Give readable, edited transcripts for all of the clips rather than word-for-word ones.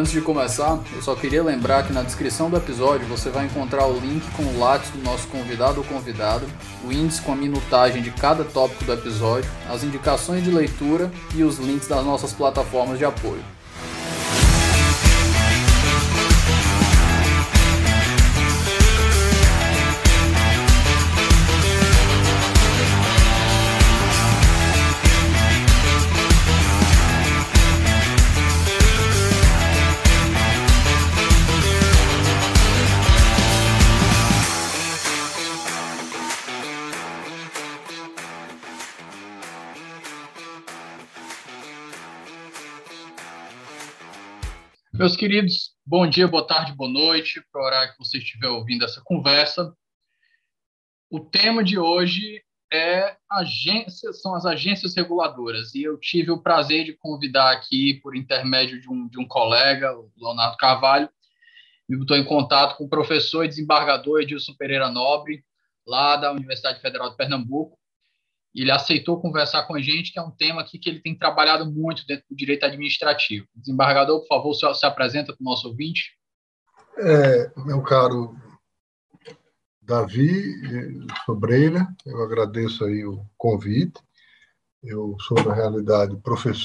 Antes de começar, eu só queria lembrar que na descrição do episódio você vai encontrar o link com o Lattes do nosso convidado ou convidada, o índice com a minutagem de cada tópico do episódio, as indicações de leitura e os links das nossas plataformas de apoio. Meus queridos, bom dia, boa tarde, boa noite, para o horário que você estiver ouvindo essa conversa. O tema de hoje são as agências reguladoras, e eu tive o prazer de convidar aqui, por intermédio de um colega, o Leonardo Carvalho, me botou em contato com o professor e desembargador Edilson Pereira Nobre, lá da Universidade Federal de Pernambuco. E ele aceitou conversar com a gente, que é um tema aqui que ele tem trabalhado muito dentro do direito administrativo. Desembargador, por favor, o senhor se apresenta para o nosso ouvinte. Meu caro Davi Sobreira, eu agradeço aí o convite. Eu sou, na realidade,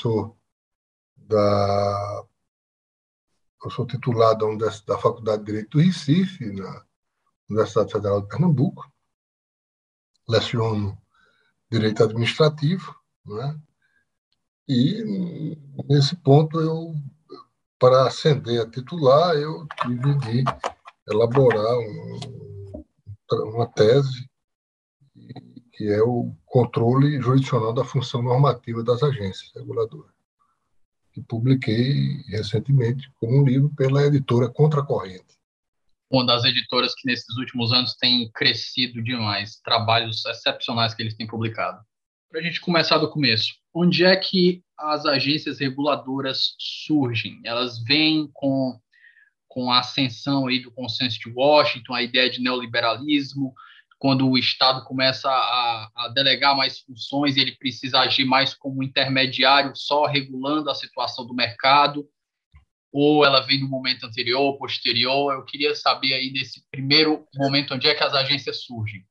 eu sou titulado da Faculdade de Direito do Recife, na Universidade Federal de Pernambuco. Leciono Direito Administrativo, né? E, nesse ponto, para ascender a titular, eu tive de elaborar uma tese, que é o controle jurisdicional da função normativa das agências reguladoras, que publiquei recentemente como um livro pela editora Contracorrente. Uma das editoras que nesses últimos anos tem crescido demais, trabalhos excepcionais que eles têm publicado. Para a gente começar do começo, onde é que as agências reguladoras surgem? Elas vêm com a ascensão aí do consenso de Washington, a ideia de neoliberalismo, quando o Estado começa a delegar mais funções, ele precisa agir mais como intermediário, só regulando a situação do mercado, ou ela vem no momento anterior, posterior? Eu queria saber aí desse primeiro momento, onde é que as agências surgem.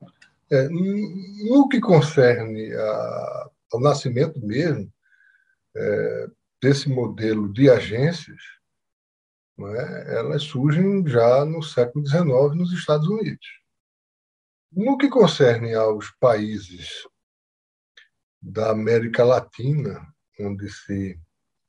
No que concerne ao nascimento mesmo desse modelo de agências, né, elas surgem já no século XIX nos Estados Unidos. No que concerne aos países da América Latina, onde se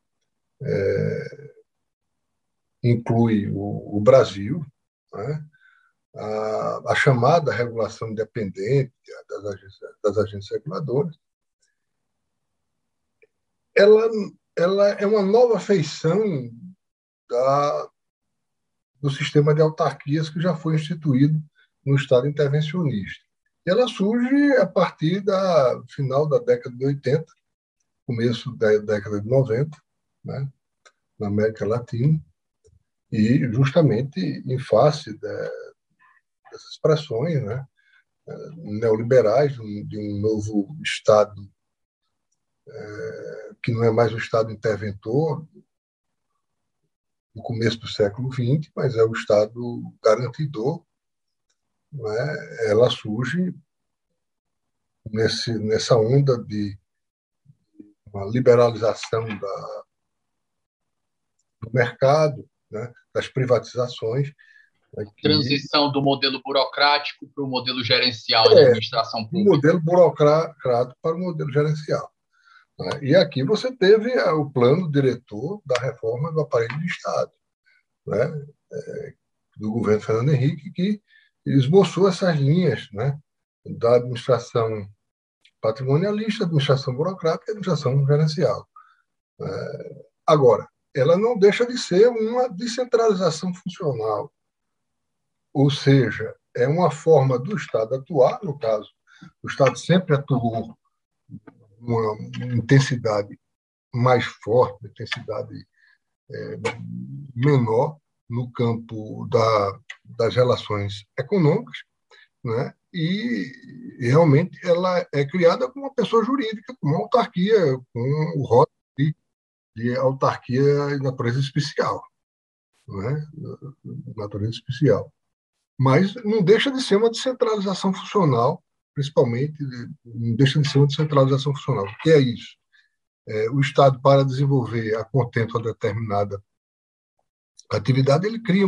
inclui o Brasil, né, a chamada regulação independente das agências reguladoras, ela é uma nova feição do sistema de autarquias que já foi instituído no Estado intervencionista. E ela surge a partir do final da década de 80, começo da década de 90, né, na América Latina, e justamente em face dessas pressões, né, neoliberais de um novo Estado que não é mais o Estado interventor no começo do século XX, mas é o Estado garantidor, né? Ela surge nessa onda de uma liberalização do mercado, né, das privatizações. Transição do modelo burocrático para o modelo gerencial de administração pública. Do modelo burocrático para o modelo gerencial. Né? E aqui você teve o plano diretor da reforma do aparelho de Estado, né, do governo Fernando Henrique, que esboçou essas linhas, né, da administração patrimonialista, administração burocrática e administração gerencial. Agora, ela não deixa de ser uma descentralização funcional, ou seja, é uma forma do Estado atuar, no caso, o Estado sempre atuou uma intensidade mais forte, uma intensidade menor no campo das relações econômicas, né? E realmente ela é criada como uma pessoa jurídica, com uma autarquia, com o rótulo de autarquia e natureza especial, não é? Natureza especial. Mas não deixa de ser uma descentralização funcional, principalmente, não deixa de ser uma descentralização funcional. O que é isso? O Estado, para desenvolver a contento a determinada atividade, ele cria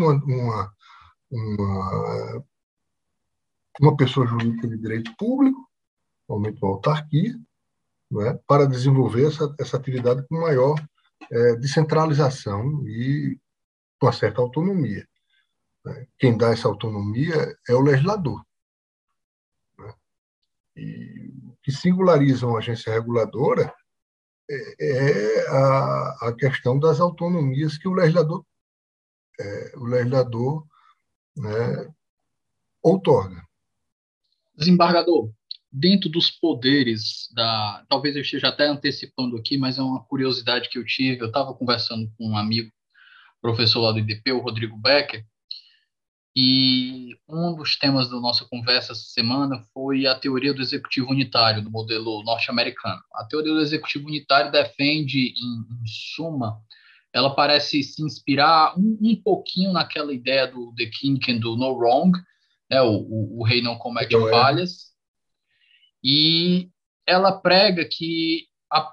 uma, uma pessoa jurídica de direito público, normalmente uma autarquia, não é? Para desenvolver essa atividade com maior descentralização e com uma certa autonomia. Né? Quem dá essa autonomia é o legislador. Né? E o que singulariza uma agência reguladora é a questão das autonomias que o legislador, né, outorga. Desembargador, dentro dos poderes da. Talvez eu esteja até antecipando aqui, mas é uma curiosidade que eu tive. Eu estava conversando com um amigo, professor lá do IDP, o Rodrigo Becker, e um dos temas da nossa conversa essa semana foi a teoria do executivo unitário, do modelo norte-americano. A teoria do executivo unitário defende, em suma, ela parece se inspirar um pouquinho naquela ideia do The King Can Do No Wrong, né, o rei não comete Então, falhas, e ela prega que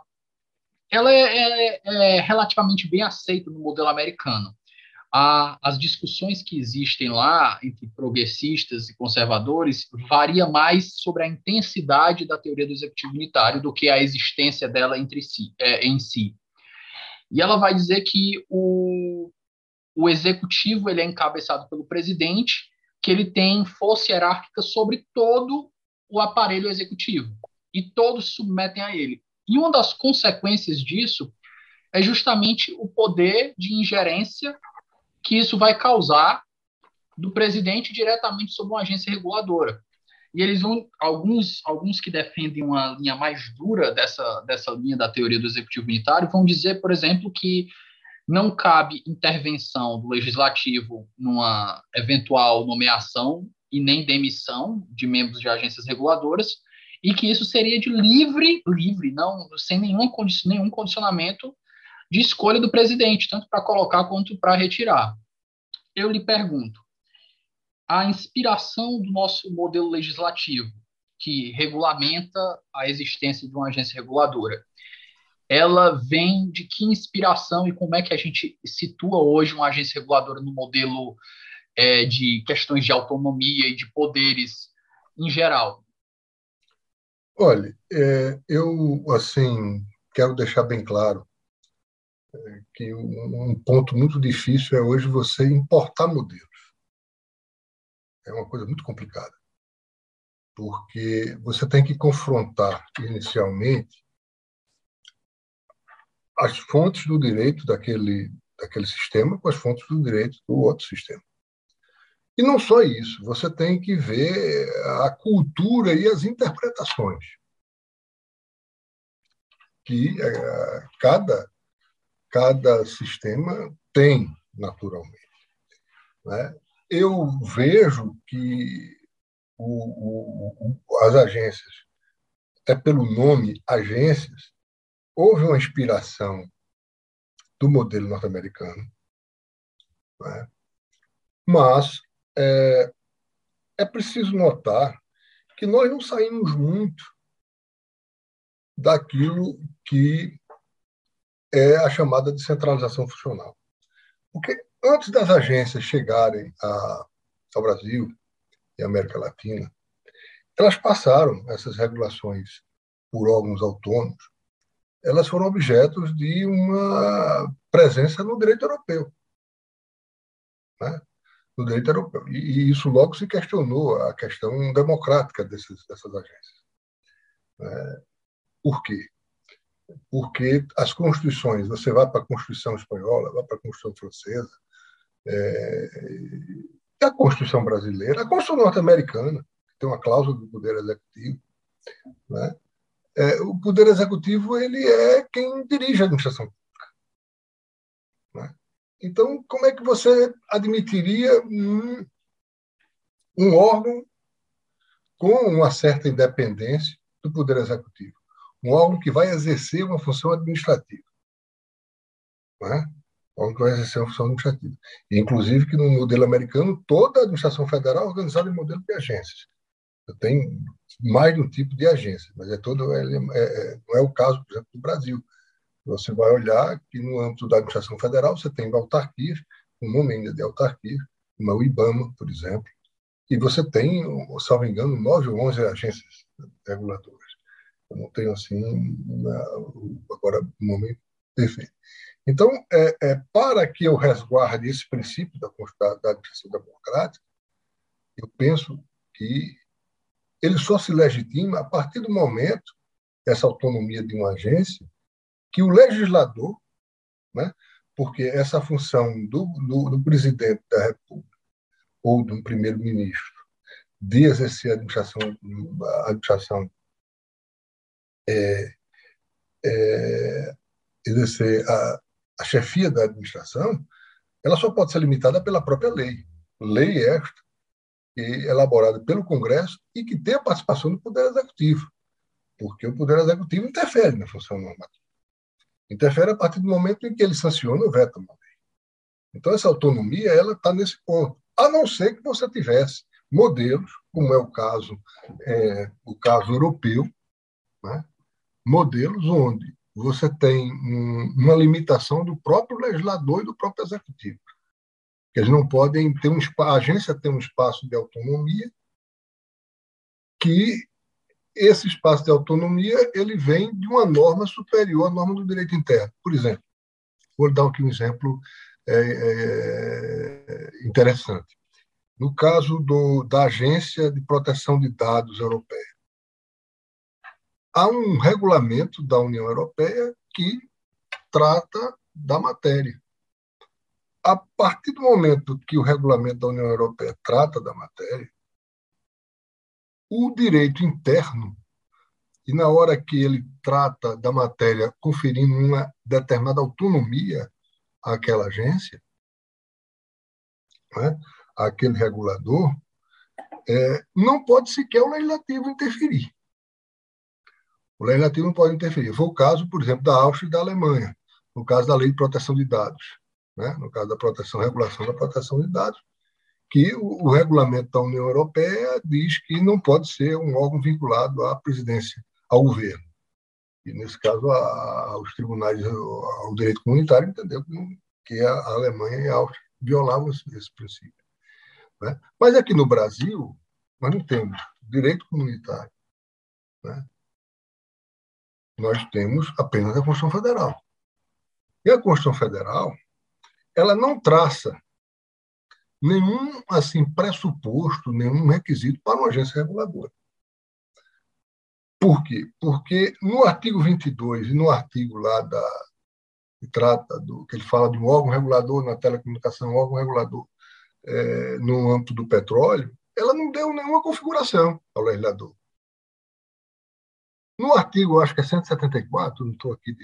ela é relativamente bem aceita no modelo americano. As discussões que existem lá entre progressistas e conservadores varia mais sobre a intensidade da teoria do executivo unitário do que a existência dela em si. E ela vai dizer que o executivo ele é encabeçado pelo presidente, que ele tem força hierárquica sobre todo o aparelho executivo, e todos se submetem a ele. E uma das consequências disso é justamente o poder de ingerência que isso vai causar do presidente diretamente sobre uma agência reguladora. E eles vão, alguns que defendem uma linha mais dura dessa linha da teoria do executivo unitário, vão dizer, por exemplo, que não cabe intervenção do legislativo numa eventual nomeação e nem demissão de membros de agências reguladoras, e que isso seria de livre, não sem nenhum condicionamento de escolha do presidente, tanto para colocar quanto para retirar. Eu lhe pergunto, a inspiração do nosso modelo legislativo, que regulamenta a existência de uma agência reguladora, ela vem de que inspiração e como é que a gente situa hoje uma agência reguladora no modelo de questões de autonomia e de poderes em geral? olha, eu assim quero deixar bem claro que um ponto muito difícil é hoje você importar modelos. É uma coisa muito complicada, porque você tem que confrontar inicialmente as fontes do direito daquele sistema com as fontes do direito do outro sistema. E não só isso, você tem que ver a cultura e as interpretações que cada sistema tem, naturalmente. Né? Eu vejo que as agências, até pelo nome agências, houve uma inspiração do modelo norte-americano, né? Mas é preciso notar que nós não saímos muito daquilo que é a chamada descentralização funcional. Porque antes das agências chegarem ao Brasil e à América Latina, elas passaram essas regulações por órgãos autônomos, elas foram objetos de uma presença no direito europeu, né? No direito europeu. E isso logo se questionou a questão democrática dessas agências. Né? Por quê? Porque as constituições, você vai para a Constituição espanhola, vai para a Constituição francesa, e a Constituição brasileira, a Constituição norte-americana, que tem uma cláusula do poder executivo, né? O poder executivo ele é quem dirige a administração pública. Né? Então, como é que você admitiria um órgão com uma certa independência do poder executivo? Um órgão que vai exercer uma função administrativa. né? Onde vai exercer uma função administrativa. E, inclusive, que no modelo americano, toda a administração federal é organizada em modelo de agências. Tem mais de um tipo de agência, mas não é o caso, por exemplo, do Brasil. Você vai olhar que no âmbito da administração federal você tem autarquias, um nome ainda de autarquia, como é o IBAMA, por exemplo, e você tem, salvo engano, 9 ou 11 agências reguladoras. Eu não tenho assim agora o nome perfeito. Então, para que eu resguarde esse princípio da administração democrática, eu penso que ele só se legitima a partir do momento, essa autonomia de uma agência, que o legislador, né, porque essa função do presidente da República ou do primeiro-ministro de exercer a administração exercer a chefia da administração, ela só pode ser limitada pela própria lei. Lei esta elaborada pelo Congresso e que tem a participação do Poder Executivo, porque o Poder Executivo interfere na função normativa. Interfere a partir do momento em que ele sanciona ou veta uma lei. Então, essa autonomia ela está nesse ponto, a não ser que você tivesse modelos, como é o caso europeu, né? Modelos onde você tem uma limitação do próprio legislador e do próprio executivo. Que eles não podem ter a agência tem um espaço de autonomia que esse espaço de autonomia ele vem de uma norma superior à norma do direito interno. Por exemplo, vou dar aqui um exemplo interessante. No caso da Agência de Proteção de Dados Europeia, há um regulamento da União Europeia que trata da matéria. A partir do momento que o regulamento da União Europeia trata da matéria, o direito interno, e na hora que ele trata da matéria conferindo uma determinada autonomia àquela agência, né, àquele regulador, não pode sequer o legislativo interferir. O legislativo não pode interferir. Foi o caso, por exemplo, da Áustria e da Alemanha, no caso da Lei de Proteção de Dados, né, no caso da regulação da proteção de dados, que o regulamento da União Europeia diz que não pode ser um órgão vinculado à presidência, ao governo. E, nesse caso, os tribunais, ao direito comunitário, entendeu que a Alemanha e a Áustria violavam esse princípio. Né? Mas aqui no Brasil, nós não temos direito comunitário. Né? Nós temos apenas a Constituição Federal. E a Constituição Federal, ela não traça nenhum pressuposto, nenhum requisito para uma agência reguladora. Por quê? Porque no artigo 22 e no artigo lá que ele fala de um órgão regulador na telecomunicação, um órgão regulador no âmbito do petróleo, ela não deu nenhuma configuração ao legislador. No artigo, acho que é 174, não estou aqui,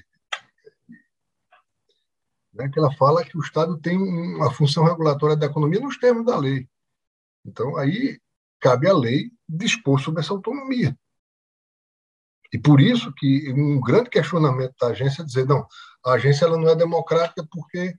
né, que ela fala que o Estado tem uma função regulatória da economia nos termos da lei. Então, aí cabe à lei dispor sobre essa autonomia. E por isso que um grande questionamento da agência é dizer, não, a agência ela não é democrática porque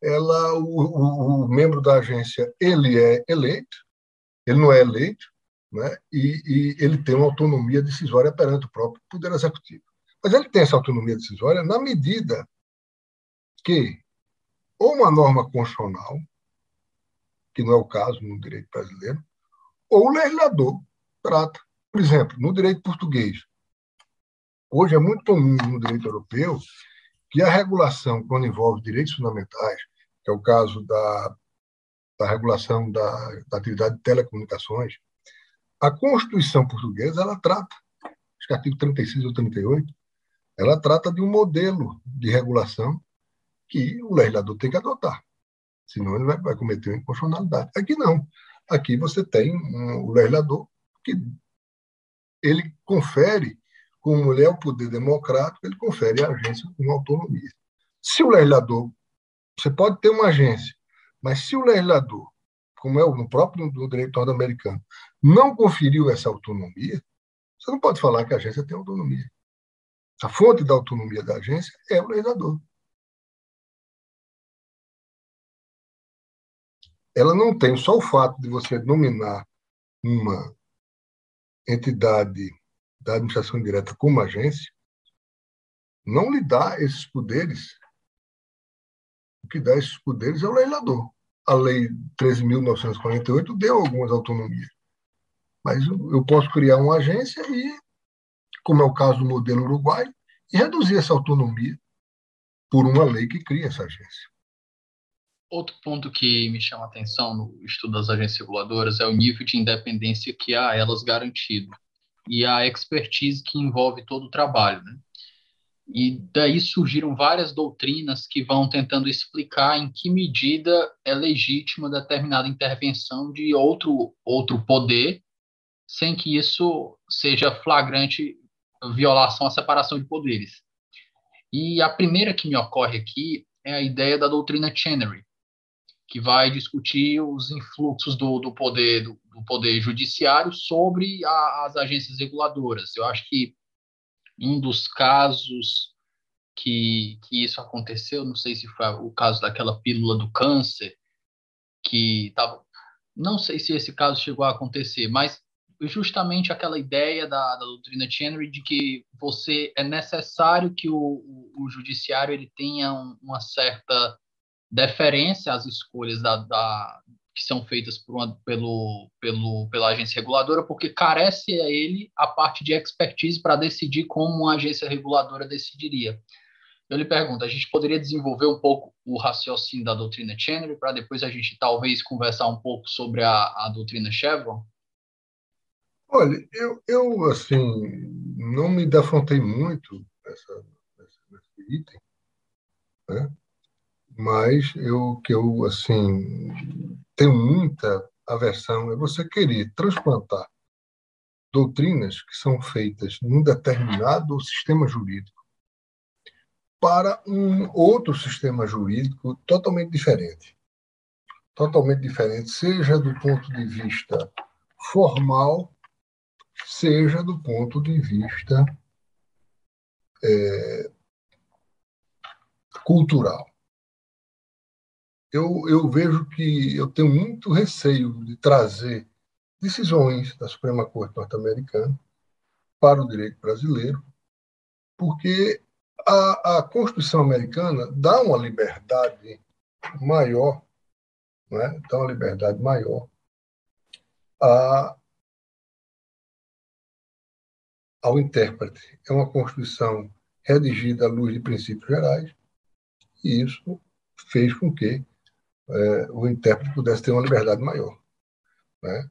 o membro da agência ele é eleito, ele não é eleito, né, e ele tem uma autonomia decisória perante o próprio Poder Executivo. Mas ele tem essa autonomia decisória na medida que ou uma norma constitucional, que não é o caso no direito brasileiro, ou o legislador trata. Por exemplo, no direito português, hoje é muito comum no direito europeu que a regulação, quando envolve direitos fundamentais, que é o caso da regulação da atividade de telecomunicações, a Constituição portuguesa ela trata, acho que artigo 36 ou 38, ela trata de um modelo de regulação que o legislador tem que adotar, senão ele vai cometer uma inconstitucionalidade. Aqui não. Aqui você tem o legislador que ele confere, como ele é o poder democrático, ele confere à agência uma autonomia. Se o legislador, você pode ter uma agência, mas se o legislador, como é no próprio do direito norte-americano, não conferiu essa autonomia, você não pode falar que a agência tem autonomia. A fonte da autonomia da agência é o legislador. ela não tem só o fato de você nominar uma entidade da administração direta como agência, não lhe dá esses poderes. O que dá esses poderes é o legislador. A Lei 13.948 deu algumas autonomias, mas eu posso criar uma agência e, como é o caso do modelo uruguai, e reduzir essa autonomia por uma lei que cria essa agência. Outro ponto que me chama a atenção no estudo das agências reguladoras é o nível de independência que há a elas garantido e a expertise que envolve todo o trabalho, né? E daí surgiram várias doutrinas que vão tentando explicar em que medida é legítima determinada intervenção de outro poder, sem que isso seja flagrante violação à separação de poderes. E a primeira que me ocorre aqui é a ideia da doutrina Chenery, que vai discutir os influxos do poder judiciário sobre as agências reguladoras. Eu acho que um dos casos que isso aconteceu, não sei se foi o caso daquela pílula do câncer, que estava. Não sei se esse caso chegou a acontecer, mas justamente aquela ideia da doutrina Chenery de que você é necessário que o judiciário ele tenha uma certa deferência às escolhas que são feitas pela agência reguladora, porque carece a ele a parte de expertise para decidir como uma agência reguladora decidiria. Eu lhe pergunto, a gente poderia desenvolver um pouco o raciocínio da doutrina Chenery para depois a gente talvez conversar um pouco sobre a doutrina Chevron? Olha, eu assim, não me defrontei muito nesse item, né? Mas que eu assim tenho muita aversão é você querer transplantar doutrinas que são feitas num determinado sistema jurídico para um outro sistema jurídico totalmente diferente, seja do ponto de vista formal, seja do ponto de vista cultural. Eu vejo que eu tenho muito receio de trazer decisões da Suprema Corte norte-americana para o direito brasileiro, porque a Constituição americana dá uma liberdade maior, né? Dá uma liberdade maior a, ao intérprete. É uma Constituição redigida à luz de princípios gerais, e isso fez com que o intérprete pudesse ter uma liberdade maior, né?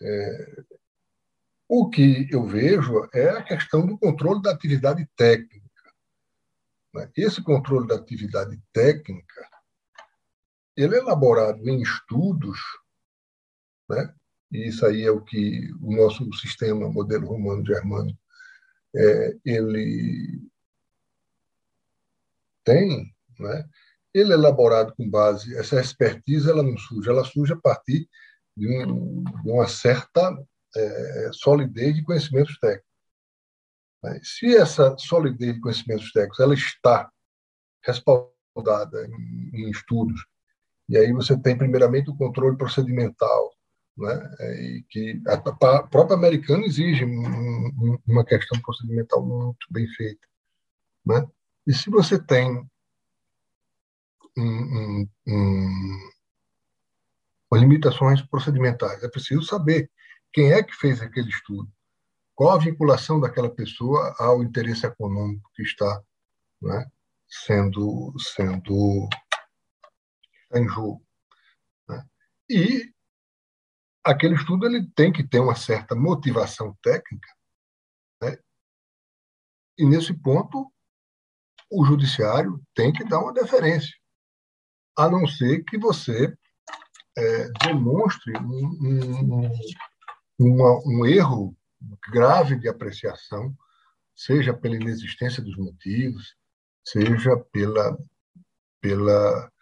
O que eu vejo é a questão do controle da atividade técnica, né? Esse controle da atividade técnica ele é elaborado em estudos, né? E isso aí é o que o nosso sistema modelo romano-germânico ele tem, né? Ele é elaborado com base, essa expertise ela não surge, ela surge a partir de uma certa solidez de conhecimentos técnicos, né? Se essa solidez de conhecimentos técnicos ela está respaldada em estudos, e aí você tem primeiramente o controle procedimental, né? E que a própria americana exige uma questão procedimental muito bem feita, né? E se você tem um, um, limitações procedimentais. É preciso saber quem é que fez aquele estudo, qual a vinculação daquela pessoa ao interesse econômico que está, né, sendo em jogo, né? E aquele estudo ele tem que ter uma certa motivação técnica, né? E nesse ponto o judiciário tem que dar uma deferência, a não ser que você demonstre um erro grave de apreciação, seja pela inexistência dos motivos, seja pela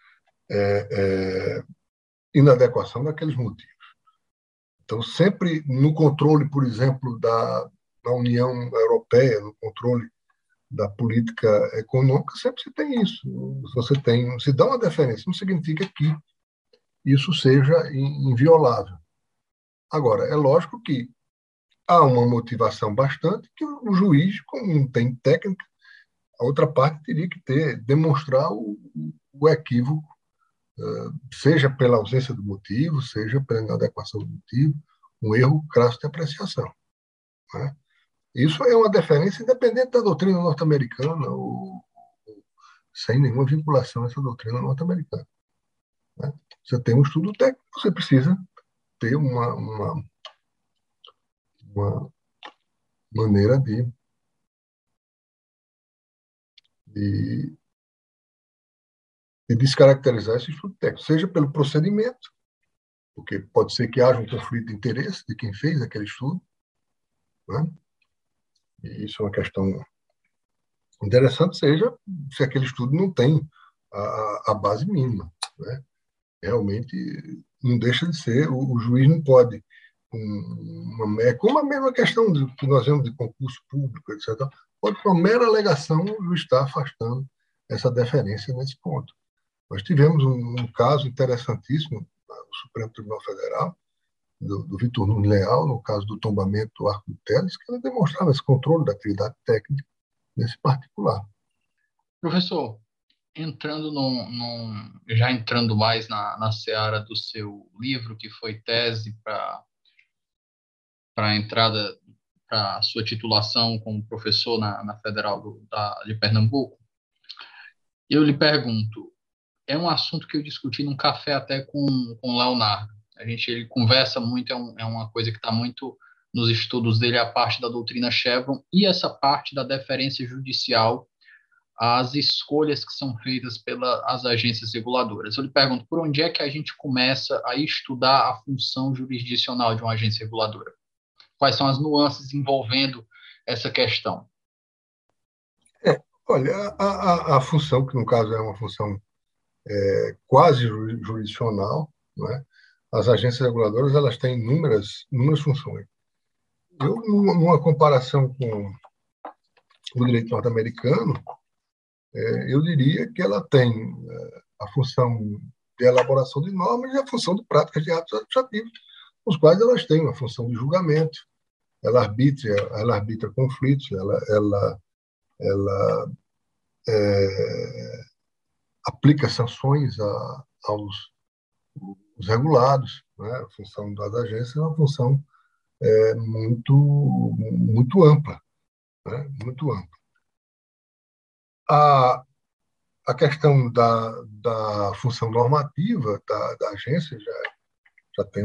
inadequação daqueles motivos. Então, sempre no controle, por exemplo, da União Europeia, no controle da política econômica, sempre se tem isso. Se você tem, se dá uma deferência, não significa que isso seja inviolável. Agora, é lógico que há uma motivação bastante que o juiz, como não tem técnica, a outra parte teria que demonstrar o equívoco, seja pela ausência do motivo, seja pela inadequação do motivo, um erro crasso de apreciação. Né? Isso é uma deferência independente da doutrina norte-americana, ou sem nenhuma vinculação a essa doutrina norte-americana. Né? Você tem um estudo técnico, você precisa ter uma maneira de, de descaracterizar esse estudo técnico, seja pelo procedimento, porque pode ser que haja um conflito de interesse de quem fez aquele estudo, né? E isso é uma questão interessante, seja se aquele estudo não tem a base mínima. Né? Realmente não deixa de ser, o juiz não pode, como a mesma questão que nós vemos de concurso público, etc., pode, com uma mera alegação, o juiz está afastando essa deferência nesse ponto. Nós tivemos um caso interessantíssimo no Supremo Tribunal Federal, do Vitor Nunes Leal, no caso do tombamento do Arco do Teles, que ele demonstrava esse controle da atividade técnica nesse particular. Professor, já entrando mais na seara do seu livro, que foi tese para a entrada para a sua titulação como professor na Federal de Pernambuco, eu lhe pergunto, é um assunto que eu discuti num café até com o Leonardo. Ele conversa muito, é uma coisa que está muito nos estudos dele, a parte da doutrina Chevron e essa parte da deferência judicial às escolhas que são feitas pelas agências reguladoras. Eu lhe pergunto, por onde é que a gente começa a estudar a função jurisdicional de uma agência reguladora? Quais são as nuances envolvendo essa questão? Olha, a função, que no caso é uma função quase jurisdicional, né? As agências reguladoras elas têm inúmeras funções. Eu, numa comparação com o direito norte-americano, eu diria que ela tem a função de elaboração de normas e a função de práticas de atos administrativos, os quais elas têm uma função de julgamento, ela arbitra conflitos, ela aplica sanções aos os regulados. Né? A função das agências é uma função muito ampla. Né? Muito ampla. A, a questão da função normativa da agência já tem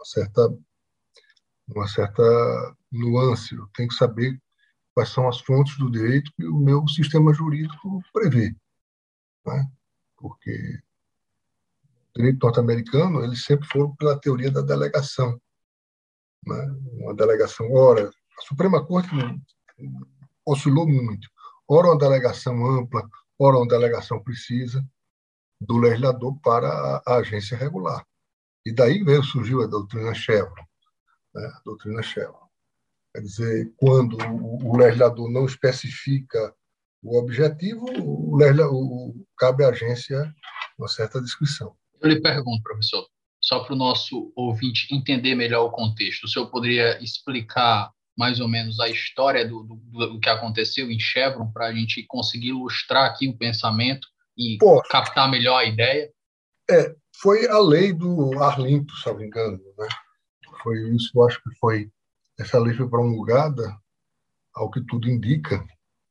uma certa nuance. Eu tenho que saber quais são as fontes do direito que o meu sistema jurídico prevê. Né? Porque o direito norte-americano eles sempre foram pela teoria da delegação. Né? Uma delegação, ora, a Suprema Corte oscilou muito. Ora uma delegação ampla, ora uma delegação precisa do legislador para a agência regular. E daí surgiu a doutrina Chevron. Né? A doutrina Chevron. Quer dizer, quando o legislador não especifica o objetivo, cabe à agência uma certa descrição. Eu lhe pergunto, professor, só para o nosso ouvinte entender melhor o contexto, o senhor poderia explicar mais ou menos a história do que aconteceu em Chevron para a gente conseguir ilustrar aqui o pensamento e captar melhor a ideia? Foi a lei do ar limpo, se não me engano. Né? Foi isso, eu acho que foi. Essa lei foi promulgada, ao que tudo indica,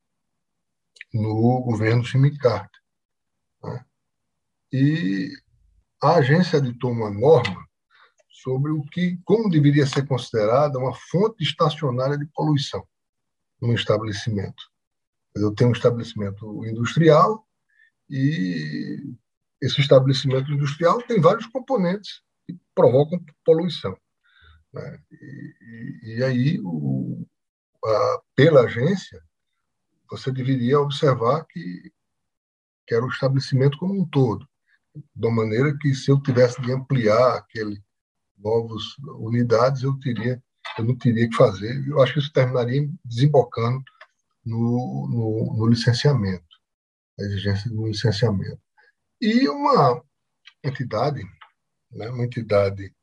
no governo Jimmy Carter. Né? E a agência editou uma norma sobre como deveria ser considerada uma fonte estacionária de poluição no estabelecimento. Eu tenho um estabelecimento industrial e esse estabelecimento industrial tem vários componentes que provocam poluição. Né? E aí, pela agência, você deveria observar que era o estabelecimento como um todo, de uma maneira que, se eu tivesse de ampliar aquele novas unidades, eu não teria que fazer. Eu acho que isso terminaria desembocando no licenciamento, a exigência do licenciamento. E uma entidade né, uma entidade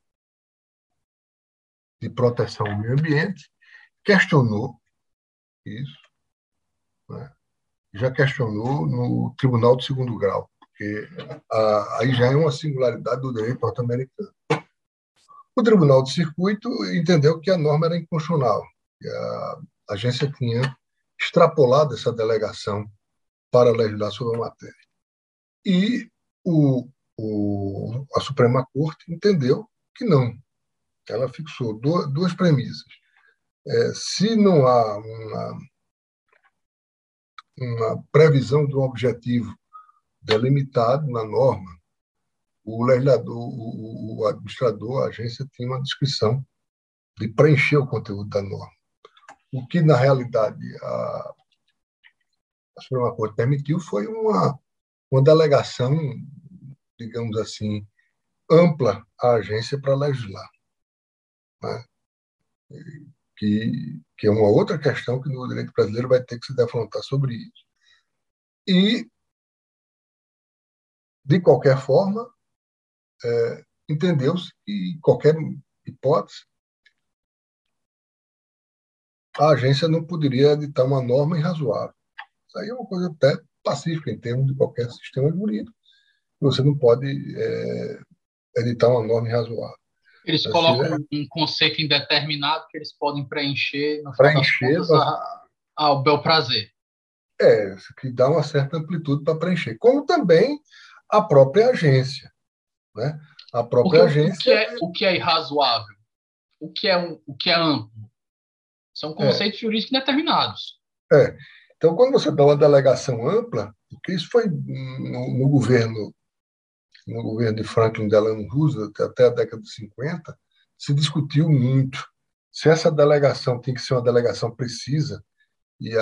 de proteção ao meio ambiente, questionou isso, né, já questionou no Tribunal de Segundo Grau, porque aí já é uma singularidade do direito norte-americano. O Tribunal de Circuito entendeu que a norma era inconstitucional, que a agência tinha extrapolado essa delegação para legislar sobre a matéria. E a Suprema Corte entendeu que não. Ela fixou duas premissas. Se não há uma previsão de um objetivo delimitado na norma, o legislador, o administrador, a agência tinha uma descrição de preencher o conteúdo da norma. O que, na realidade, a Suprema Corte permitiu foi uma delegação, digamos assim, ampla à agência para legislar, né? Que é uma outra questão que no direito brasileiro vai ter que se defrontar sobre isso. E, de qualquer forma, entendeu-se que, em qualquer hipótese, a agência não poderia editar uma norma irrazoável. Isso aí é uma coisa até pacífica em termos de qualquer sistema jurídico. Você não pode editar uma norma irrazoável. Eles colocam um conceito indeterminado que eles podem preencher, no final das Preencher contas, ao bel prazer. Que dá uma certa amplitude para preencher. Como também a própria agência, né? A própria agência... O que é irrazoável? O que é amplo? São conceitos jurídicos indeterminados. Então, quando você dá uma delegação ampla, porque isso foi no governo de Franklin Delano Roosevelt, até a década de 50, se discutiu muito se essa delegação tem que ser uma delegação precisa, e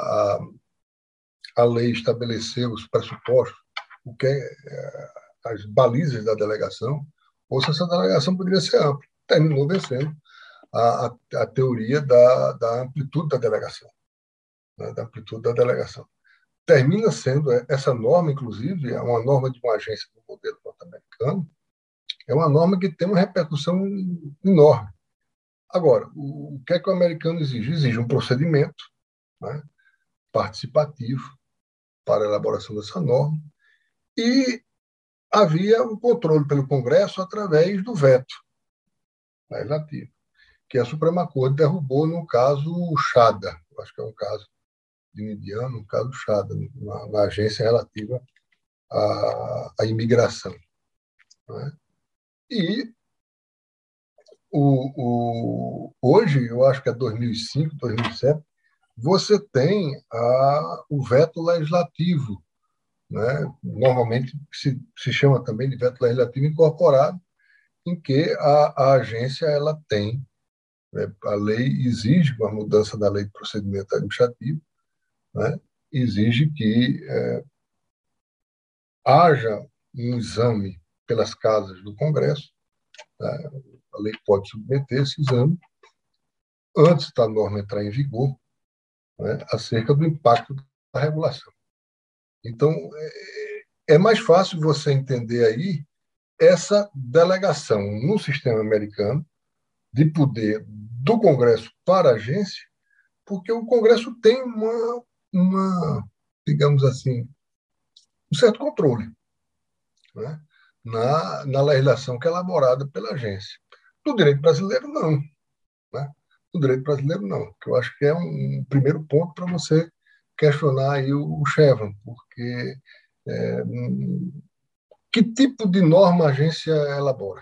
a lei estabeleceu os pressupostos, o que as balizas da delegação, ou se essa delegação poderia ser ampla. Terminou vencendo a teoria da amplitude da delegação, né, da amplitude da delegação. Termina sendo essa norma, inclusive, é uma norma de uma agência do modelo norte-americano, é uma norma que tem uma repercussão enorme. Agora, o que é que o americano exige? Exige um procedimento, né, participativo para a elaboração dessa norma, e havia um controle pelo Congresso através do veto legislativo, que a Suprema Corte derrubou no caso Chada, acho que é um caso de Midiano, no caso Chada, na agência relativa à imigração, né? E hoje, eu acho que é 2005, 2007, você tem o veto legislativo, né? Normalmente se chama também de veto legislativo incorporado, em que a agência ela tem, né, a lei exige uma mudança da lei de procedimento administrativo, né, exige que haja um exame pelas casas do Congresso, né, a lei pode submeter esse exame antes da norma entrar em vigor, né, acerca do impacto da regulação. Então, é mais fácil você entender aí essa delegação no sistema americano de poder do Congresso para a agência, porque o Congresso tem digamos assim, um certo controle, né, na legislação que é elaborada pela agência. No direito brasileiro, não. Né? No direito brasileiro, não. Que eu acho que é um primeiro ponto para você questionar aí o Chevron, porque que tipo de norma a agência elabora?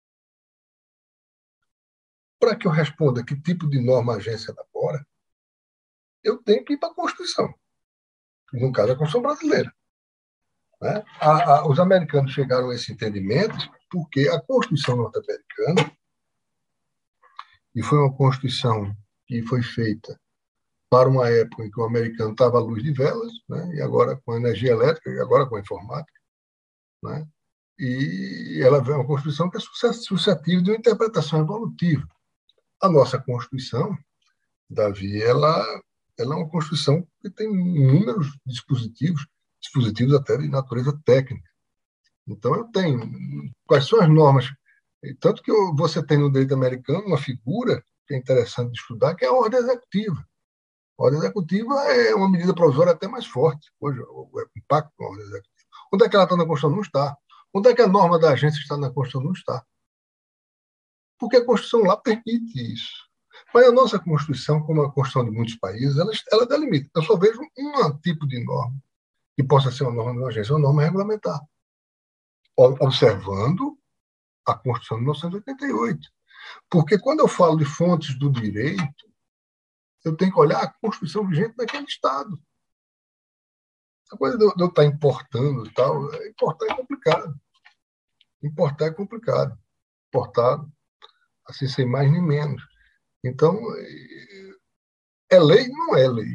Para que eu responda que tipo de norma a agência elabora, eu tenho que ir para a Constituição, no caso, a Constituição brasileira. Né? Os americanos chegaram a esse entendimento porque a Constituição norte-americana, e foi uma Constituição que foi feita para uma época em que o americano estava à luz de velas, né? E agora com a energia elétrica, e agora com a informática, né? E ela é uma Constituição que é suscetível de uma interpretação evolutiva. A nossa Constituição, Davi, ela é uma Constituição que tem inúmeros dispositivos até de natureza técnica. Então, eu tenho quais são as normas E tanto que você tem no direito americano uma figura que é interessante de estudar, que é a ordem executiva. A ordem executiva é uma medida provisória até mais forte. Hoje, o impacto da ordem executiva. Onde é que ela está na Constituição? Não está. Onde é que a norma da agência está na Constituição? Não está. Porque a Constituição lá permite isso. Mas a nossa Constituição, como a Constituição de muitos países, ela delimita. Eu só vejo um tipo de norma que possa ser uma norma de uma agência, uma norma regulamentar, observando a Constituição de 1988. Porque quando eu falo de fontes do direito, eu tenho que olhar a Constituição vigente naquele Estado. A coisa de eu estar importando e tal, importar é complicado. Importar é complicado. Importar, assim, sem mais nem menos. Então, é lei? Não é lei.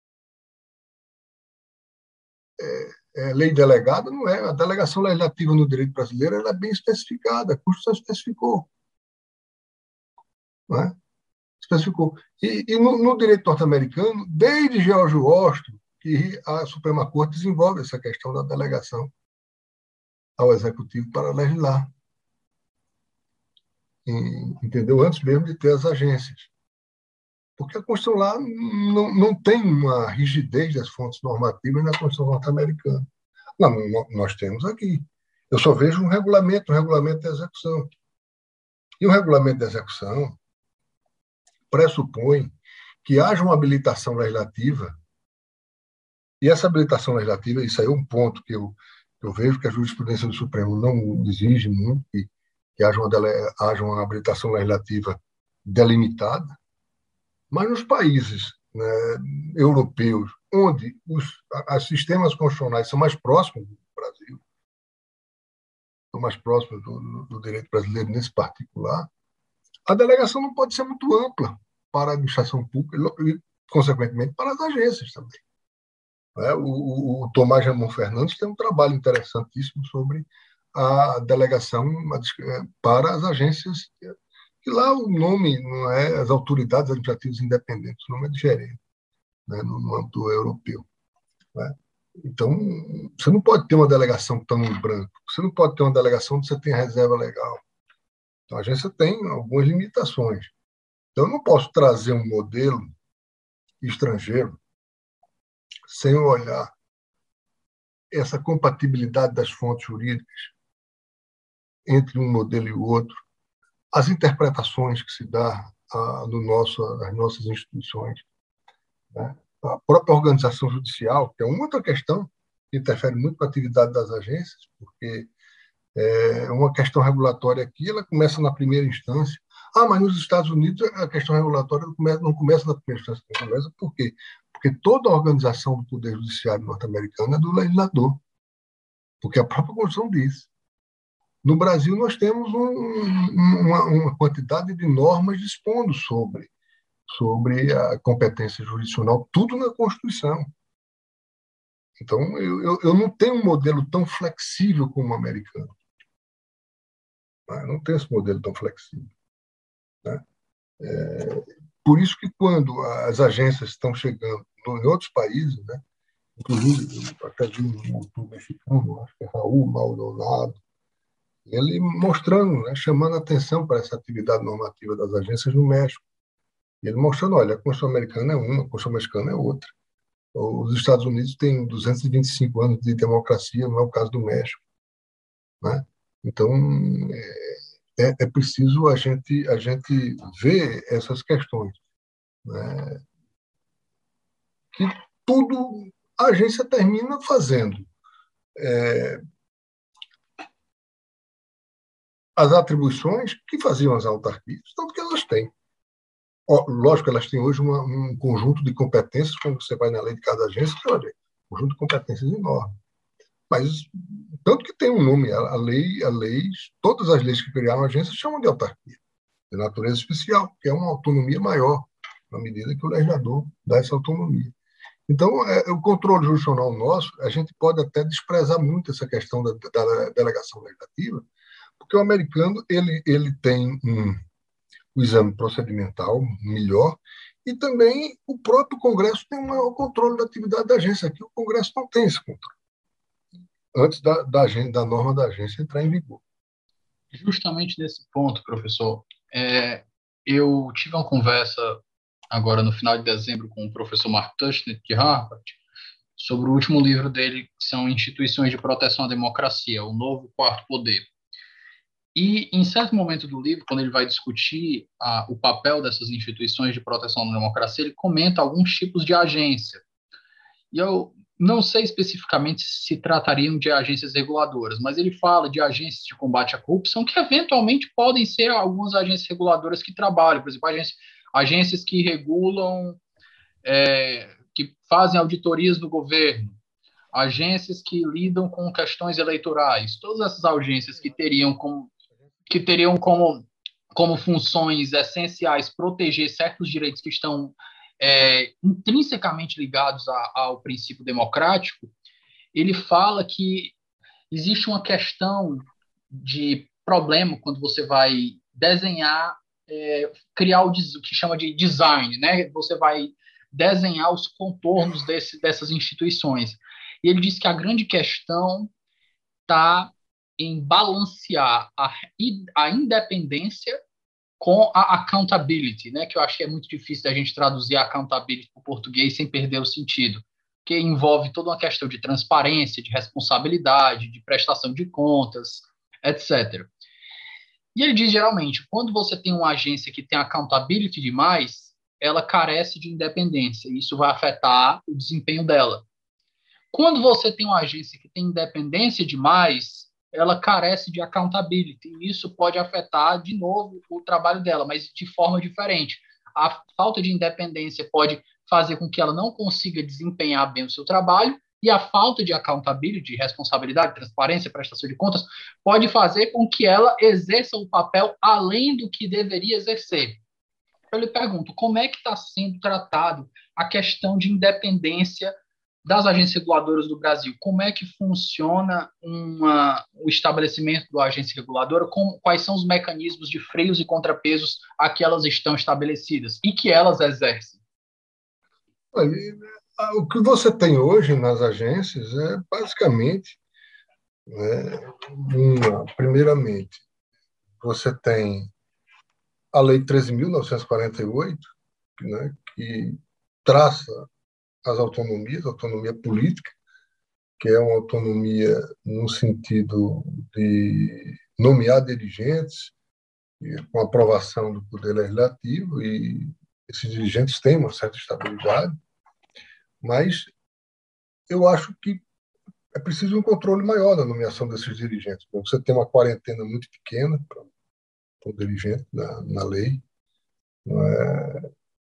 É lei delegada? Não é. A delegação legislativa no direito brasileiro ela é bem especificada. A Constituição especificou. Não é? Especificou. E no direito norte-americano, desde George Washington, que a Suprema Corte desenvolve essa questão da delegação ao Executivo para legislar. Entendeu? Antes mesmo de ter as agências. Porque a Constituição lá não tem uma rigidez das fontes normativas na Constituição norte-americana. Não, nós temos aqui. Eu só vejo um regulamento da execução. E o regulamento da execução pressupõe que haja uma habilitação legislativa, e essa habilitação legislativa, isso aí é um ponto que eu vejo que a jurisprudência do Supremo não exige muito, que haja uma habilitação legislativa delimitada, mas nos países, né, europeus, onde os sistemas constitucionais são mais próximos do Brasil, são mais próximos do direito brasileiro nesse particular, a delegação não pode ser muito ampla para a administração pública e, consequentemente, para as agências também. O Tomás Ramon Fernandes tem um trabalho interessantíssimo sobre a delegação para as agências, que lá o nome não é as autoridades administrativas independentes, o nome é de gerente, né, no âmbito europeu. Né? Então, você não pode ter uma delegação tão em branco, você não pode ter uma delegação onde você tem reserva legal. Então, a agência tem algumas limitações. Então, eu não posso trazer um modelo estrangeiro sem olhar essa compatibilidade das fontes jurídicas entre um modelo e o outro, as interpretações que se dá nas nossas instituições, né? A própria organização judicial, que é uma outra questão que interfere muito com a atividade das agências, porque uma questão regulatória aqui, ela começa na primeira instância. Mas nos Estados Unidos a questão regulatória não começa na primeira instância, começa por quê? Porque toda a organização do Poder Judiciário norte-americano é do legislador, porque a própria Constituição diz. No Brasil, nós temos uma quantidade de normas dispondo sobre a competência jurisdicional, tudo na Constituição. Então, eu não tenho um modelo tão flexível como o americano. Eu não tenho esse modelo tão flexível. Né? Por isso que quando as agências estão chegando em outros países, né, inclusive, eu até vi um youtuber mexicano, acho que é Raul Maldonado, ele mostrando, né, chamando a atenção para essa atividade normativa das agências no México. E ele mostrando, olha, a Constituição americana é uma, a Constituição mexicana é outra. Os Estados Unidos têm 225 anos de democracia, não é o caso do México. Né? Então, é preciso a gente ver essas questões. Né? Que tudo a agência termina fazendo. As atribuições que faziam as autarquias, tanto que elas têm. Lógico, elas têm hoje um conjunto de competências, quando você vai na lei de cada agência, você vai ver, um conjunto de competências enorme. Mas, tanto que tem um nome, todas as leis que criaram a agência chamam de autarquia, de natureza especial, que é uma autonomia maior, na medida que o legislador dá essa autonomia. Então, o controle jurisdicional nosso, a gente pode até desprezar muito essa questão da delegação legislativa, porque o americano ele tem o exame procedimental melhor e também o próprio Congresso tem um maior controle da atividade da agência. Aqui o Congresso não tem esse controle, antes da norma da agência entrar em vigor. Justamente nesse ponto, professor, eu tive uma conversa agora no final de dezembro com o professor Mark Tushnet, de Harvard, sobre o último livro dele, que são Instituições de Proteção à Democracia, o Novo Quarto Poder. E, em certo momento do livro, quando ele vai discutir o papel dessas instituições de proteção à democracia, ele comenta alguns tipos de agência. E eu não sei especificamente se tratariam de agências reguladoras, mas ele fala de agências de combate à corrupção que, eventualmente, podem ser algumas agências reguladoras que trabalham, por exemplo, agências que regulam, que fazem auditorias do governo, agências que lidam com questões eleitorais, todas essas agências que teriam como funções essenciais proteger certos direitos que estão intrinsecamente ligados ao princípio democrático. Ele fala que existe uma questão de problema quando você vai desenhar, criar o que chama de design, né? Você vai desenhar os contornos dessas instituições. E ele diz que a grande questão está em balancear a independência com a accountability, né? Que eu acho que é muito difícil da gente traduzir accountability para o português sem perder o sentido, que envolve toda uma questão de transparência, de responsabilidade, de prestação de contas, etc. E ele diz, geralmente, quando você tem uma agência que tem accountability demais, ela carece de independência, e isso vai afetar o desempenho dela. Quando você tem uma agência que tem independência demais, ela carece de accountability, e isso pode afetar, de novo, o trabalho dela, mas de forma diferente. A falta de independência pode fazer com que ela não consiga desempenhar bem o seu trabalho, e a falta de accountability, de responsabilidade, transparência, prestação de contas, pode fazer com que ela exerça o papel além do que deveria exercer. Eu lhe pergunto, como é que está sendo tratado a questão de independência das agências reguladoras do Brasil? Como é que funciona o estabelecimento da agência reguladora? Quais são os mecanismos de freios e contrapesos a que elas estão estabelecidas e que elas exercem? Olha, o que você tem hoje nas agências é basicamente, né, primeiramente, você tem a Lei 13.948, né, que traça as autonomias, autonomia política, que é uma autonomia no sentido de nomear dirigentes com aprovação do Poder Legislativo, e esses dirigentes têm uma certa estabilidade, mas eu acho que é preciso um controle maior da nomeação desses dirigentes. Você tem uma quarentena muito pequena para o dirigente na lei, não é?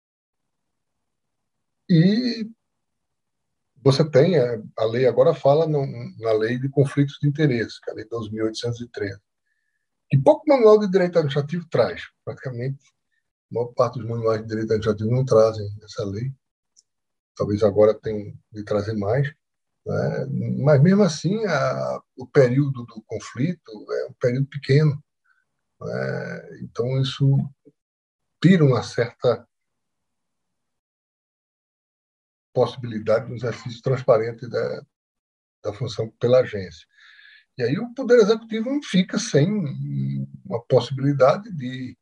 E você tem, a lei agora fala na lei de conflitos de interesse, que é a lei 2.813, que pouco manual de direito administrativo traz. Praticamente, a maior parte dos manuais de direito administrativo não trazem essa lei. Talvez agora tenham de trazer mais, né? Mas, mesmo assim, o período do conflito é um período pequeno, né? Então, isso tira uma certa possibilidade de um exercício transparente da função pela agência. E aí o Poder Executivo não fica sem uma possibilidade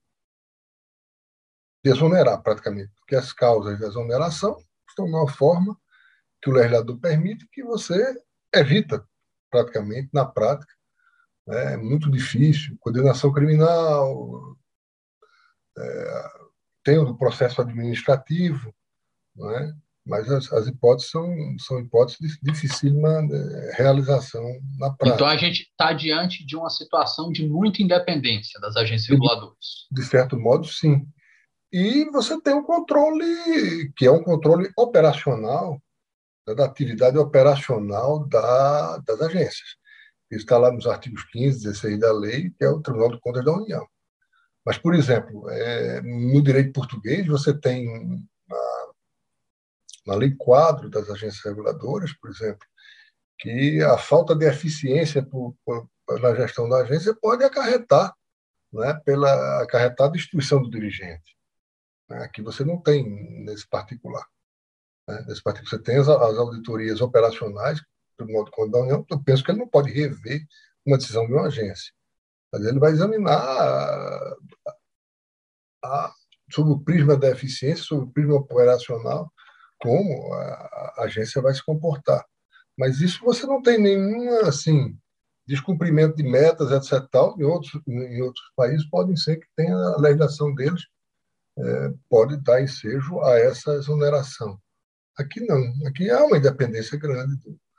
de exonerar, praticamente, porque as causas de exoneração estão numa forma que o legislador permite, que você evita, praticamente, na prática. É muito difícil. Condenação criminal, tem o do processo administrativo, não é? Mas as hipóteses são hipóteses de dificílima realização na Então, a prática. gente está diante de uma situação de muita independência das agências De, reguladoras. de certo modo, sim. E você tem um controle, que é um controle operacional, né, da atividade operacional das agências. Isso está lá nos artigos 15, 16 da lei, que é o Tribunal de Contas da União. Mas, por exemplo, no direito português, você tem na lei quadro das agências reguladoras, por exemplo, que a falta de eficiência na gestão da agência pode acarretar, né, acarretar a destituição do dirigente. Aqui você não tem nesse particular. Né? Nesse particular você tem as auditorias operacionais do Tribunal de Contas da União. Eu penso que ele não pode rever uma decisão de uma agência. Mas ele vai examinar sob o prisma da eficiência, sob o prisma operacional, como a agência vai se comportar. Mas isso você não tem nenhum assim, descumprimento de metas, etc. Tal. Em outros países podem ser que tenha a legislação deles pode dar ensejo a essa exoneração. Aqui não. Aqui há uma independência grande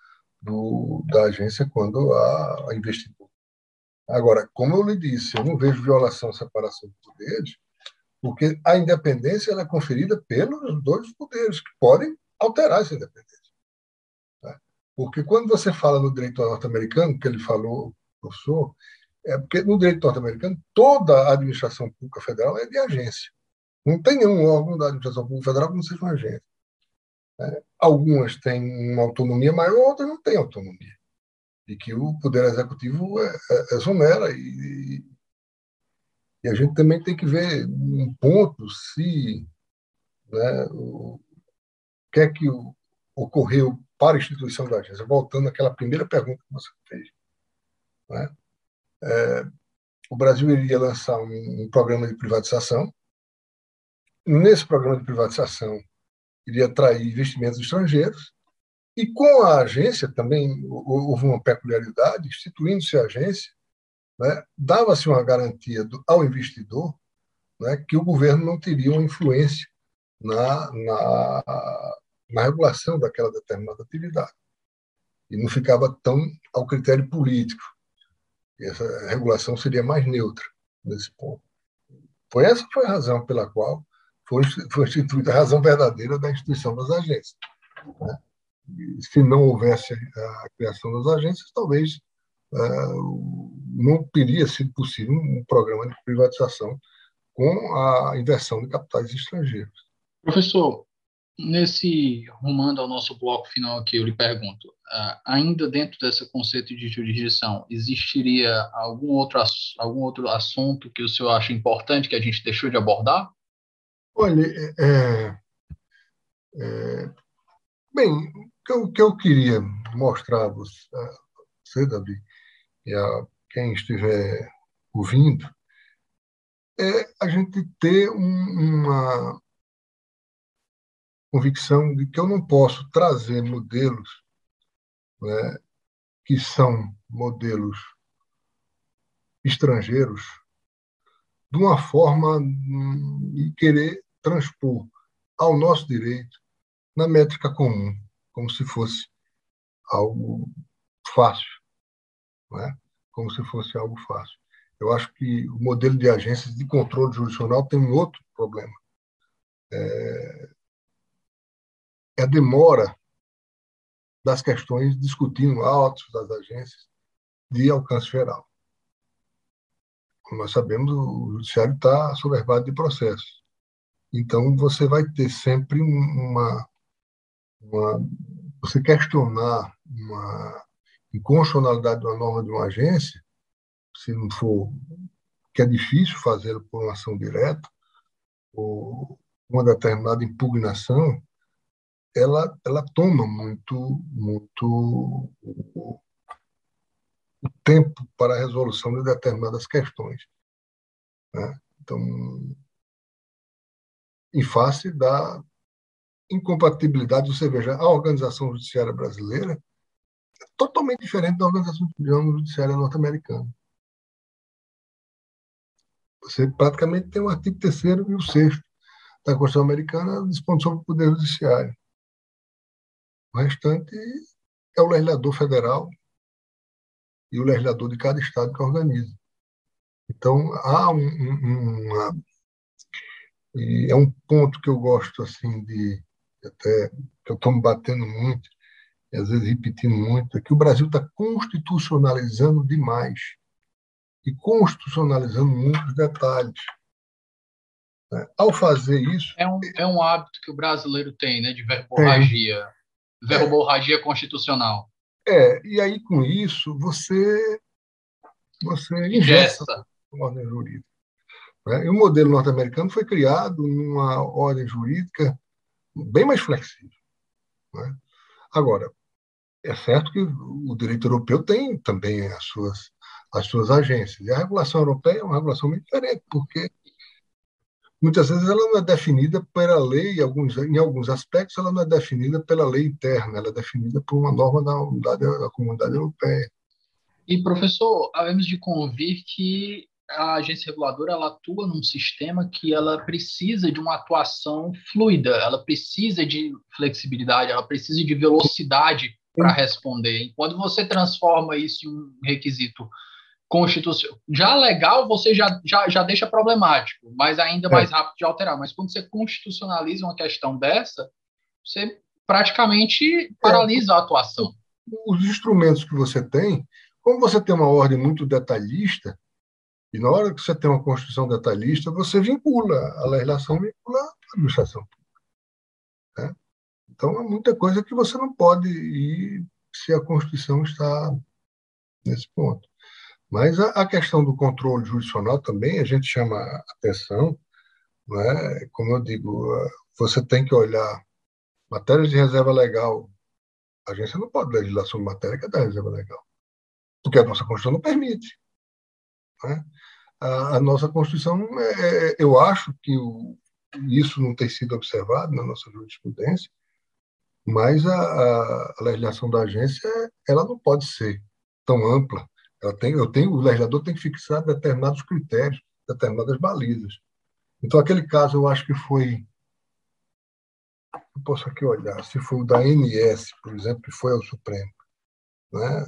da agência quando há investidor. Agora, como eu lhe disse, eu não vejo violação à separação de poderes, porque a independência ela é conferida pelos dois poderes, que podem alterar essa independência. Né? Porque quando você fala no direito norte-americano, que ele falou, professor, é porque no direito norte-americano toda a administração pública federal é de agência. Não tem nenhum órgão da administração pública federal que não seja uma agência. Né? Algumas têm uma autonomia maior, outras não têm autonomia. E que o Poder Executivo exonera. E a gente também tem que ver um ponto se, né, o que é que ocorreu para a instituição da agência. Voltando àquela primeira pergunta que você fez. Né? O Brasil iria lançar um programa de privatização. Nesse programa de privatização, iria atrair investimentos estrangeiros. E com a agência também houve uma peculiaridade, instituindo-se a agência, né, dava-se uma garantia ao investidor, né, que o governo não teria uma influência na, na, na regulação daquela determinada atividade. E não ficava tão ao critério político. E essa regulação seria mais neutra nesse ponto. Essa foi a razão pela qual foi instituída a razão verdadeira da instituição das agências. Né? Se não houvesse a criação das agências, talvez não teria sido possível um programa de privatização com a inversão de capitais estrangeiros. Professor, nesse rumando ao nosso bloco final aqui, eu lhe pergunto, ainda dentro desse conceito de jurisdição, existiria algum outro assunto que o senhor acha importante que a gente deixou de abordar? Olha, bem, o que eu queria mostrar a você, Davi, e a quem estiver ouvindo, é a gente ter uma convicção de que eu não posso trazer modelos, né, que são modelos estrangeiros de uma forma e querer transpor ao nosso direito na métrica comum, como se fosse algo fácil, né? Como se fosse algo fácil. Eu acho que o modelo de agências de controle jurisdicional tem um outro problema. É a demora das questões discutindo autos das agências de alcance federal. Como nós sabemos, o judiciário está assoberbado de processos. Então, você vai ter sempre você questionar uma inconstitucionalidade de uma norma de uma agência, se não for, que é difícil fazê-lo por uma ação direta, ou uma determinada impugnação, ela toma muito o tempo para a resolução de determinadas questões. Né? Então, em face da incompatibilidade, você veja, a organização judiciária brasileira é totalmente diferente da organização judiciária norte-americana. Você praticamente tem o artigo 3º e o 6º da Constituição Americana dispondo sobre o Poder Judiciário. O restante é o legislador federal e o legislador de cada estado que organiza. Então, há e é um ponto que eu gosto assim até que eu estou me batendo muito e às vezes repetindo muito, é que o Brasil está constitucionalizando demais e constitucionalizando muitos detalhes. Né? Ao fazer isso, É um hábito que o brasileiro tem, né, de tem, verborragia constitucional. e aí com isso você engessa Ingessa. a ordem jurídica. Né? E o modelo norte-americano foi criado numa ordem jurídica bem mais flexível. Né? Agora, é certo que o direito europeu tem também as as suas agências. E a regulação europeia é uma regulação muito diferente, porque muitas vezes ela não é definida pela lei, em alguns aspectos ela não é definida pela lei interna, ela é definida por uma norma da Comunidade Europeia. E, professor, havemos de convir que a agência reguladora ela atua num sistema que ela precisa de uma atuação fluida, ela precisa de flexibilidade, ela precisa de velocidade para responder. E quando você transforma isso em um requisito constitucional, já legal, você já deixa problemático, mas ainda É, mais rápido de alterar. Mas quando você constitucionaliza uma questão dessa, você praticamente é, paralisa a atuação. os instrumentos que você tem, como você tem uma ordem muito detalhista, e na hora que você tem uma Constituição detalhista, você vincula, a legislação vincula a administração. Né? Então, é muita coisa que você não pode ir se a Constituição está nesse ponto. Mas a questão do controle jurisdicional também, a gente chama atenção, né? Como eu digo, você tem que olhar matérias de reserva legal. A agência não pode legislar sobre matéria que é da reserva legal, porque a nossa Constituição não permite. Né? A nossa Constituição, eu acho que isso não tem sido observado na nossa jurisprudência, mas a legislação da agência ela não pode ser tão ampla. O legislador tem que fixar determinados critérios, determinadas balizas. Então, aquele caso, eu acho que foi, eu posso aqui olhar, se foi o da ANS, por exemplo, que foi ao Supremo, né?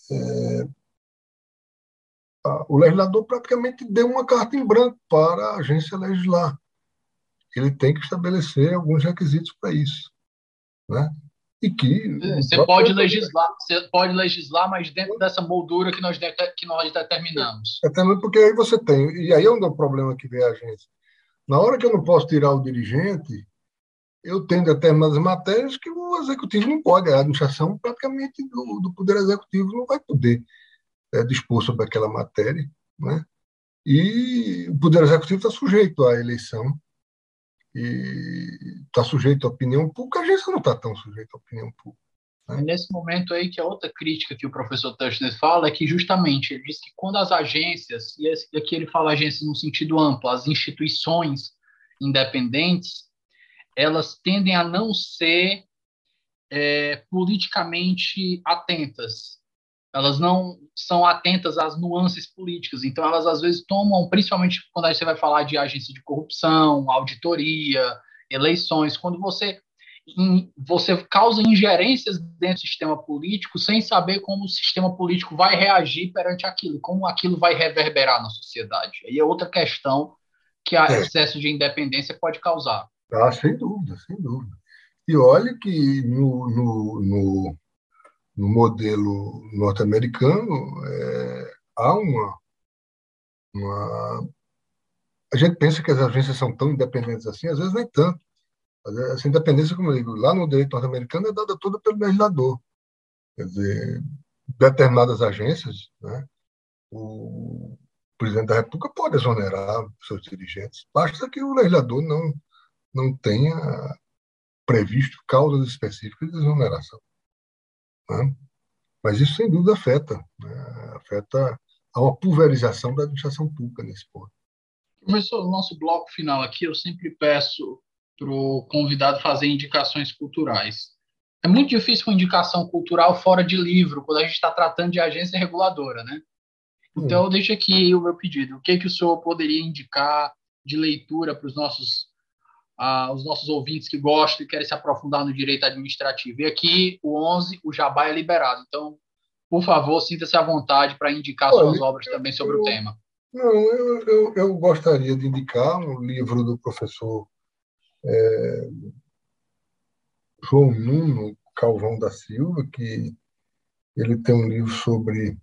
O legislador praticamente deu uma carta em branco para a agência legislar. Ele tem que estabelecer alguns requisitos para isso, né? E que o próprio Você pode legislar, mas dentro dessa moldura que nós determinamos. até mesmo porque aí você tem, e aí é onde é o problema que vem a agência. Na hora que eu não posso tirar o dirigente, eu tenho determinadas matérias que o executivo não pode, a administração praticamente do Poder Executivo não vai poder dispor sobre aquela matéria, né? E o Poder Executivo está sujeito à eleição e está sujeito à opinião pública, a agência não está tão sujeita à opinião pública. E Né? nesse momento aí, que é outra crítica que o professor Tushnet fala, é que justamente ele diz que quando as agências, e aqui ele fala agências no sentido amplo, as instituições independentes, elas tendem a não ser politicamente atentas. Elas não são atentas às nuances políticas. Então, elas às vezes tomam, principalmente quando você vai falar de agência de corrupção, auditoria, eleições, quando você causa ingerências dentro do sistema político sem saber como o sistema político vai reagir perante aquilo, como aquilo vai reverberar na sociedade. Aí é outra questão que o excesso de independência pode causar. Sem dúvida, sem dúvida. E olhe que no modelo norte-americano há uma. A gente pensa que as agências são tão independentes assim, às vezes nem tanto. Essa independência, como eu digo, lá no direito norte-americano é dada toda pelo legislador. Quer dizer, determinadas agências, né, o presidente da República pode exonerar seus dirigentes, basta que o legislador não tenha previsto causas específicas de exoneração. Né? Mas isso, sem dúvida, afeta. Né? Afeta a uma pulverização da administração pública nesse ponto. Professor, no nosso bloco final aqui, eu sempre peço para o convidado fazer indicações culturais. É muito difícil uma indicação cultural fora de livro, quando a gente está tratando de agência reguladora, né? Então, eu deixo aqui o meu pedido. O que o senhor poderia indicar de leitura para os nossos ouvintes que gostam e querem se aprofundar no direito administrativo? E aqui, o 11, o jabá é liberado. Então, por favor, sinta-se à vontade para indicar suas Olha, obras também sobre o tema. não, eu gostaria de indicar um livro do professor João Nuno Calvão da Silva, que ele tem um livro sobre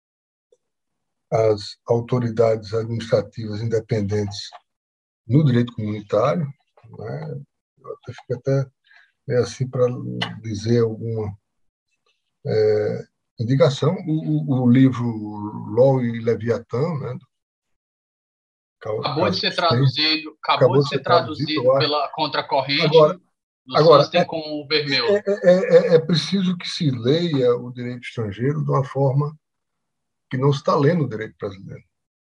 as autoridades administrativas independentes no direito comunitário. Né? Eu fico até assim para dizer alguma indicação. O livro Law e Leviatã, né? Acabou de ser traduzido, acabou de ser traduzido, eu acho. pela Contracorrente Agora, do agora Sustem com o Vermeulen. é preciso que se leia o direito estrangeiro de uma forma que não se está lendo o direito brasileiro.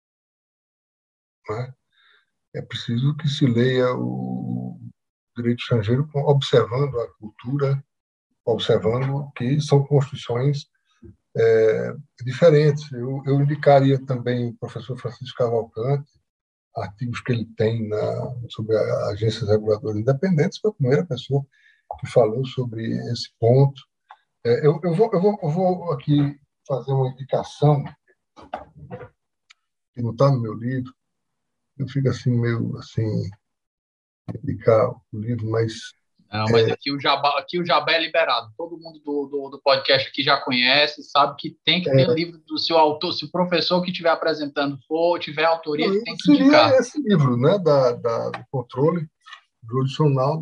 Né? É preciso que se leia o direito estrangeiro observando a cultura, observando que são construções diferentes. Eu indicaria também o professor Francisco Cavalcante, artigos que ele tem sobre agências reguladoras independentes, foi a primeira pessoa que falou sobre esse ponto. Eu vou aqui fazer uma indicação que não está no meu livro. Eu fico assim, meio assim, indicar o livro, mas. Não, mas aqui o jabá é liberado. Todo mundo do podcast aqui já conhece, sabe que tem que ter livro do seu autor. Se o professor que estiver apresentando tiver autoria, ele tem que indicar. Seria esse livro, né, do controle jurisdicional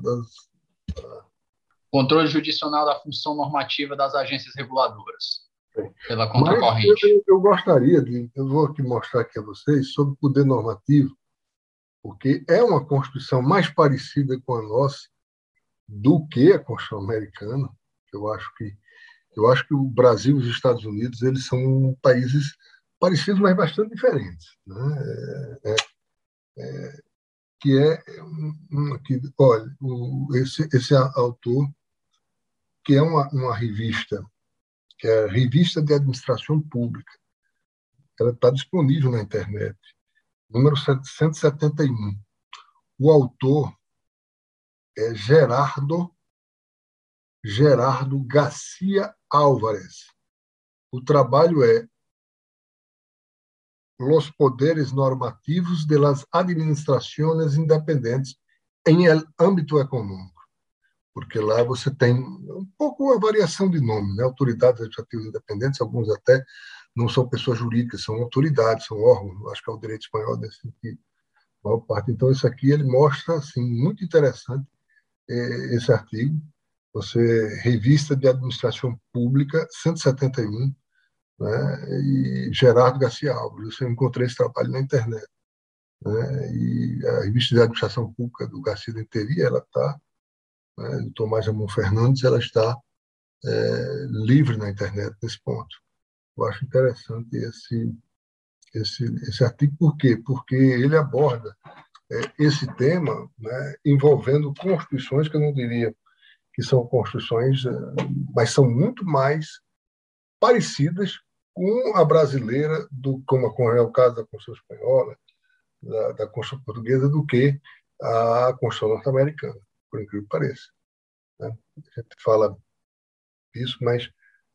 Controle jurisdicional da função normativa das agências reguladoras, pela Mas contracorrente. eu gostaria eu vou aqui mostrar aqui a vocês sobre o poder normativo, porque é uma Constituição mais parecida com a nossa do que a Constituição americana. Eu acho que o Brasil e os Estados Unidos eles são países parecidos, mas bastante diferentes, né? Olha, esse autor, que é uma revista, que é a Revista de Administração Pública, ela está disponível na internet, número 771. O autor é Gerardo Garcia Álvares. O trabalho é Los Poderes Normativos de las Administraciones Independentes em el Ámbito Econômico, porque lá você tem um pouco a variação de nome, né? Autoridades administrativas independentes, alguns até não são pessoas jurídicas, são autoridades, são órgãos, acho que é o direito espanhol nesse sentido, a maior parte. Então, isso aqui ele mostra, assim, muito interessante esse artigo, Revista de Administração Pública, 171, né? E Gerardo Garcia Alves. Eu encontrei esse trabalho na internet. Né? E a Revista de Administração Pública do Garcia de Teria, ela está, né, do Tomás Ramon Fernandes, ela está livre na internet nesse ponto. Eu acho interessante esse artigo. Por quê? Porque ele aborda esse tema, né, envolvendo constituições que eu não diria que são constituições, mas são muito mais parecidas com a brasileira, como é o caso da Constituição Espanhola, da Constituição Portuguesa, do que a Constituição norte-americana, por incrível que pareça. Né? A gente fala isso, mas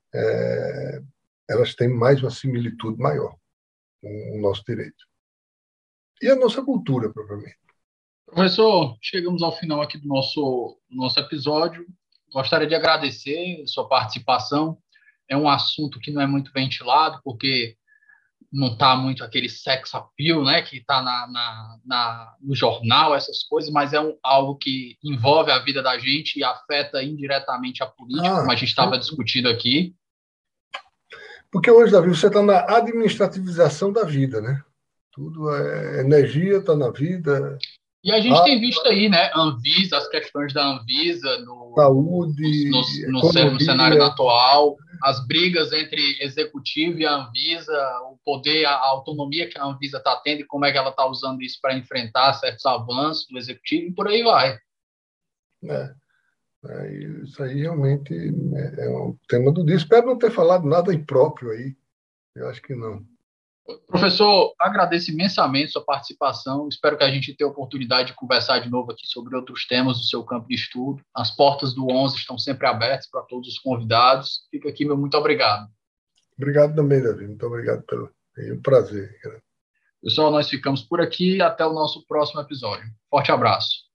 elas têm mais uma similitude maior com o nosso direito. E a nossa cultura, propriamente. Professor, chegamos ao final aqui do nosso episódio. Gostaria de agradecer a sua participação. É um assunto que não é muito ventilado, porque não está muito aquele sex appeal, né, que está no jornal, essas coisas, mas é algo que envolve a vida da gente e afeta indiretamente a política, como a gente estava discutindo aqui. Porque hoje, Davi, você está na administrativização da vida, né? Tudo energia, está na vida. E a gente tem visto aí, né, Anvisa, as questões da Anvisa saúde, no cenário atual, as brigas entre executivo e a Anvisa, o poder, a autonomia que a Anvisa está tendo e como é que ela está usando isso para enfrentar certos avanços do executivo e por aí vai. Isso aí realmente é um tema do dia. Espero não ter falado nada impróprio aí. Eu acho que não. Professor, agradeço imensamente sua participação. Espero que a gente tenha a oportunidade de conversar de novo aqui sobre outros temas do seu campo de estudo. As portas do 11 estão sempre abertas para todos os convidados. Fica aqui, meu muito obrigado. Obrigado também, Davi. Muito obrigado é um prazer. Pessoal, nós ficamos por aqui. Até o nosso próximo episódio. Forte abraço.